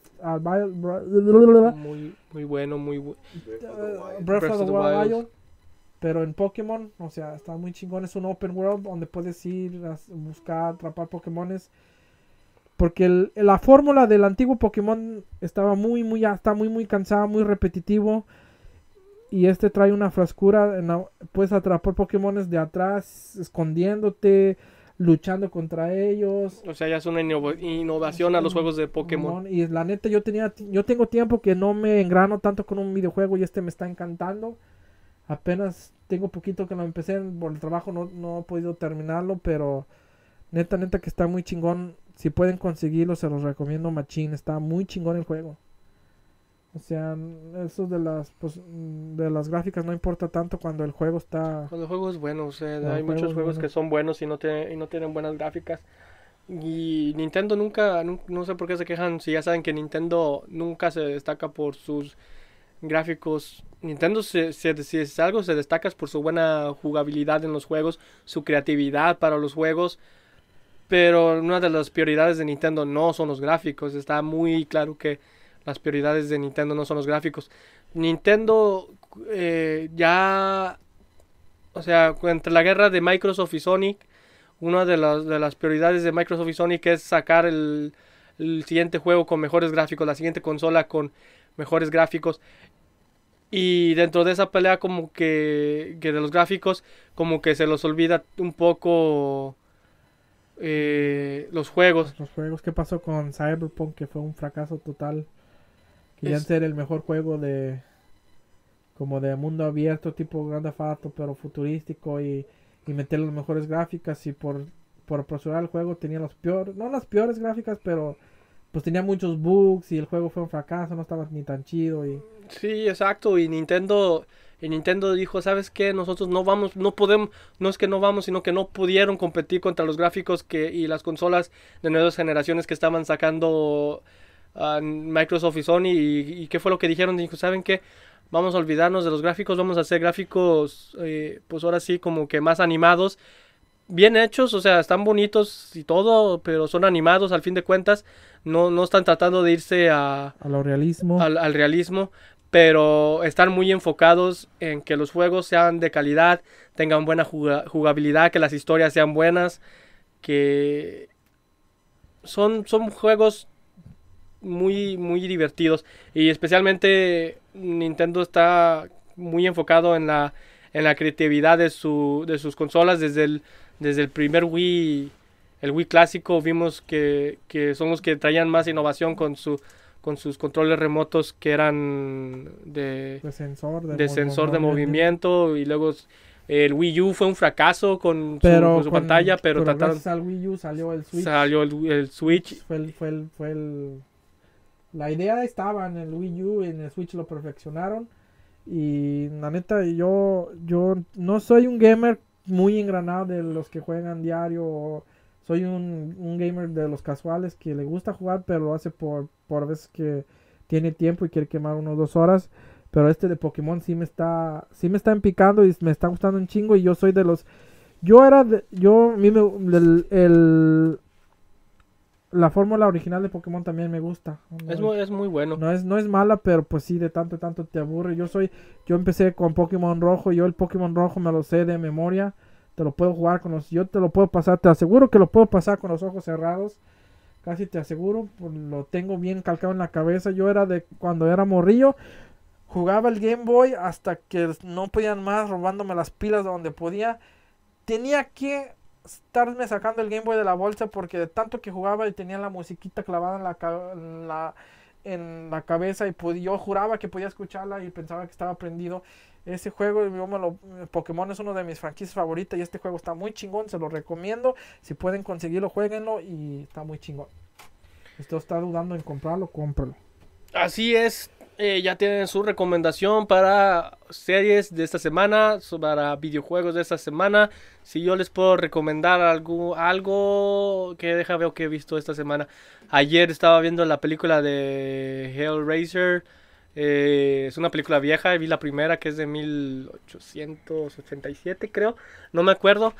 Muy bueno, Breath of the Wild. Pero en Pokémon, o sea, está muy chingón. Es un open world donde puedes ir a buscar, atrapar Pokémones. Porque la fórmula del antiguo Pokémon estaba está muy cansada, muy repetitivo. Y este trae una frescura. Puedes atrapar Pokémones de atrás, escondiéndote, luchando contra ellos. O sea, ya es una innovación a los juegos de Pokémon. Y la neta, yo tengo tiempo que no me engrano tanto con un videojuego y me está encantando. Apenas tengo poquito que lo empecé por el trabajo, no he podido terminarlo, pero neta que está muy chingón. Si pueden conseguirlo, se los recomiendo machín. Está muy chingón el juego. O sea, eso de las gráficas no importa tanto cuando el juego está... Cuando el juego es bueno, o sea, hay muchos juegos que son buenos y no tienen buenas gráficas. Y Nintendo nunca, no sé por qué se quejan si ya saben que Nintendo nunca se destaca por sus gráficos. Nintendo si es algo se destaca es por su buena jugabilidad en los juegos, su creatividad para los juegos. Pero una de las prioridades de Nintendo no son los gráficos. Está muy claro que las prioridades de Nintendo no son los gráficos. Nintendo o sea, entre la guerra de Microsoft y Sonic, una de las prioridades de Microsoft y Sonic es sacar el siguiente juego con mejores gráficos, la siguiente consola con mejores gráficos. Y dentro de esa pelea como que de los gráficos, como que se los olvida un poco los juegos. ¿Qué pasó con Cyberpunk? Que fue un fracaso total. Querían ser el mejor juego como de mundo abierto, tipo Grand Theft Auto, pero futurístico y meter las mejores gráficas. Y por apresurar el juego tenía no las peores gráficas, pero pues tenía muchos bugs y el juego fue un fracaso, no estaba ni tan chido. Sí, exacto, y Nintendo dijo, ¿sabes qué? Nosotros no podemos, no es que no vamos, sino que no pudieron competir contra los gráficos y las consolas de nuevas generaciones que estaban sacando Microsoft y Sony. ¿Y qué fue lo que dijeron? Dijo, ¿saben qué? Vamos a olvidarnos de los gráficos, vamos a hacer gráficos, pues ahora sí, como que más animados, bien hechos, o sea, están bonitos y todo, pero son animados al fin de cuentas, no están tratando de irse A lo realismo. al realismo, pero están muy enfocados en que los juegos sean de calidad, tengan buena jugabilidad, que las historias sean buenas, que son juegos muy divertidos, y especialmente Nintendo está muy enfocado en la creatividad de sus consolas desde el primer Wii, el Wii clásico. Vimos que son los que traían más innovación con sus controles remotos, que eran de sensor de movimiento, y luego el Wii U fue un fracaso con su pantalla, pero trataron, gracias al Wii U salió el Switch. el Switch. La idea estaba en el Wii U, en el Switch lo perfeccionaron. Y la neta, yo no soy un gamer muy engranado de los que juegan diario. Soy un gamer de los casuales que le gusta jugar, pero lo hace por veces que tiene tiempo y quiere quemar 1 o 2 horas. Pero este de Pokémon sí me está empicando y me está gustando un chingo. Y yo soy de los... La fórmula original de Pokémon también me gusta. Es muy bueno. No es mala, pero pues sí, de tanto te aburre. Yo empecé con Pokémon Rojo. Yo el Pokémon Rojo me lo sé de memoria. Te lo puedo jugar yo te lo puedo pasar. Te aseguro que lo puedo pasar con los ojos cerrados. Casi te aseguro. Pues lo tengo bien calcado en la cabeza. Yo era de cuando era morrillo. Jugaba el Game Boy hasta que no podían más, robándome las pilas de donde podía. Tenía que estarme sacando el Game Boy de la bolsa porque de tanto que jugaba y tenía la musiquita clavada en la cabeza, y yo juraba que podía escucharla y pensaba que estaba prendido. Ese juego, Pokémon es uno de mis franquicias favoritas y este juego está muy chingón, se lo recomiendo. Si pueden conseguirlo, jueguenlo y está muy chingón. Si usted está dudando en comprarlo, cómpralo. Así es. Ya tienen su recomendación para series de esta semana, para videojuegos de esta semana. Si yo les puedo recomendar algo que veo que he visto esta semana. Ayer estaba viendo la película de Hellraiser. Es una película vieja, vi la primera, que es de 1887, creo. No me acuerdo.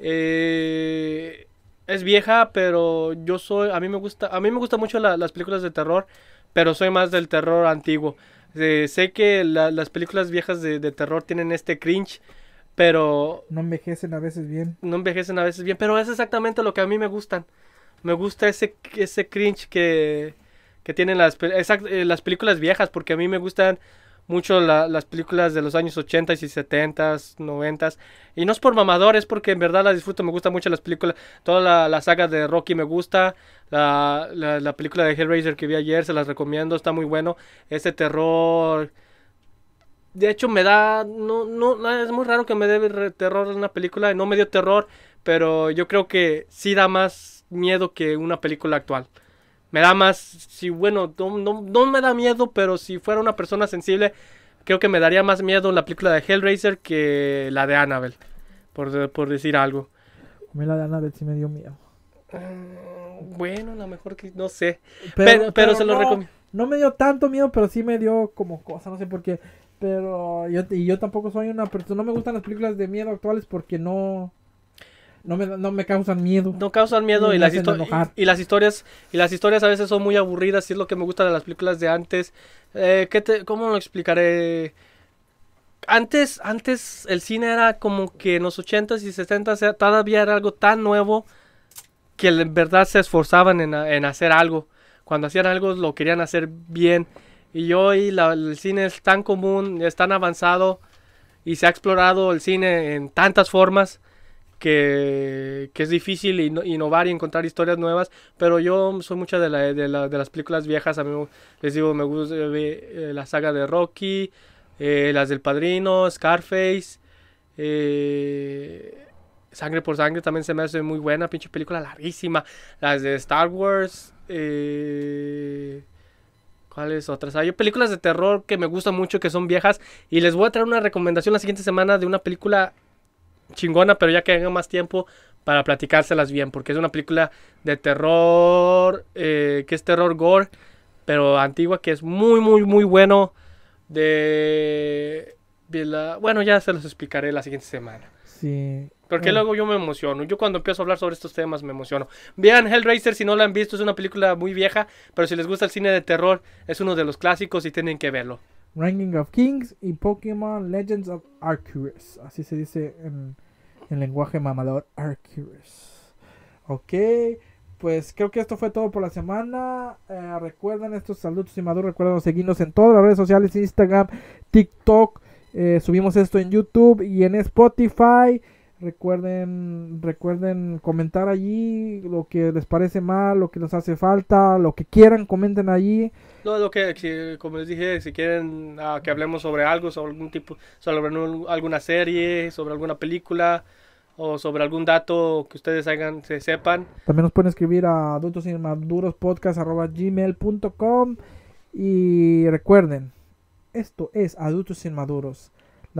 Es vieja, pero a mí me gusta mucho las películas de terror, pero soy más del terror antiguo. Sé que las películas viejas de terror tienen este cringe, pero... No envejecen a veces bien. Pero es exactamente lo que a mí me gustan. Me gusta ese cringe que tienen las películas viejas, porque a mí me gustan mucho las películas de los años 80 y 70, 90. Y no es por mamador, es porque en verdad las disfruto. Me gustan mucho las películas. Toda la saga de Rocky me gusta. La película de Hellraiser que vi ayer, se las recomiendo. Está muy bueno. Ese terror... De hecho me da... No, es muy raro que me dé terror en una película. No me dio terror, pero yo creo que sí da más miedo que una película actual. Me da más, no me da miedo, pero si fuera una persona sensible, creo que me daría más miedo la película de Hellraiser que la de Annabelle, por decir algo. A mí la de Annabelle sí me dio miedo. Bueno, a lo mejor que no sé, pero se lo recomiendo. No me dio tanto miedo, pero sí me dio como cosa, no sé por qué. Pero yo tampoco soy una persona, no me gustan las películas de miedo actuales porque no me causan miedo. No causan miedo, y las historias a veces son muy aburridas, y es lo que me gusta de las películas de antes. ¿Cómo lo explicaré? Antes el cine era como que en los 80s y 70s todavía era algo tan nuevo que en verdad se esforzaban en hacer algo. Cuando hacían algo lo querían hacer bien. Y hoy el cine es tan común, es tan avanzado, y se ha explorado el cine en tantas formas que es difícil innovar y encontrar historias nuevas. Pero yo soy mucha de las películas viejas. A mí les digo, me gusta la saga de Rocky, las del Padrino, Scarface, Sangre por Sangre también se me hace muy buena, pinche película larguísima. Las de Star Wars, ¿cuáles otras? Hay películas de terror que me gustan mucho, que son viejas, y les voy a traer una recomendación la siguiente semana de una película chingona, pero ya que tenga más tiempo para platicárselas bien, porque es una película de terror, que es terror gore, pero antigua, que es muy, muy, muy bueno. Bueno, ya se los explicaré la siguiente semana. Sí. Porque luego yo me emociono. Yo cuando empiezo a hablar sobre estos temas me emociono. Vean Hellraiser si no la han visto. Es una película muy vieja, pero si les gusta el cine de terror, es uno de los clásicos y tienen que verlo. Ranking of Kings y Pokémon Legends of Arceus. Así se dice en lenguaje mamador. Arceus. Ok. Pues creo que esto fue todo por la semana. Recuerden estos saludos inmaduros. Recuerden seguirnos en todas las redes sociales: Instagram, TikTok. Subimos esto en YouTube y en Spotify. Recuerden comentar allí lo que les parece mal, lo que les hace falta, lo que quieran, comenten allí. No, como les dije, si quieren que hablemos sobre algo, sobre algún tipo, sobre alguna serie, sobre alguna película o sobre algún dato que ustedes se sepan. También nos pueden escribir a adultosinmadurospodcast@gmail.com. Y recuerden, esto es Adultos Inmaduros.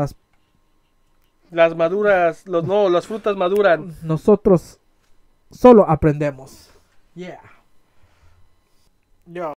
Las frutas maduran. Nosotros solo aprendemos. Yeah.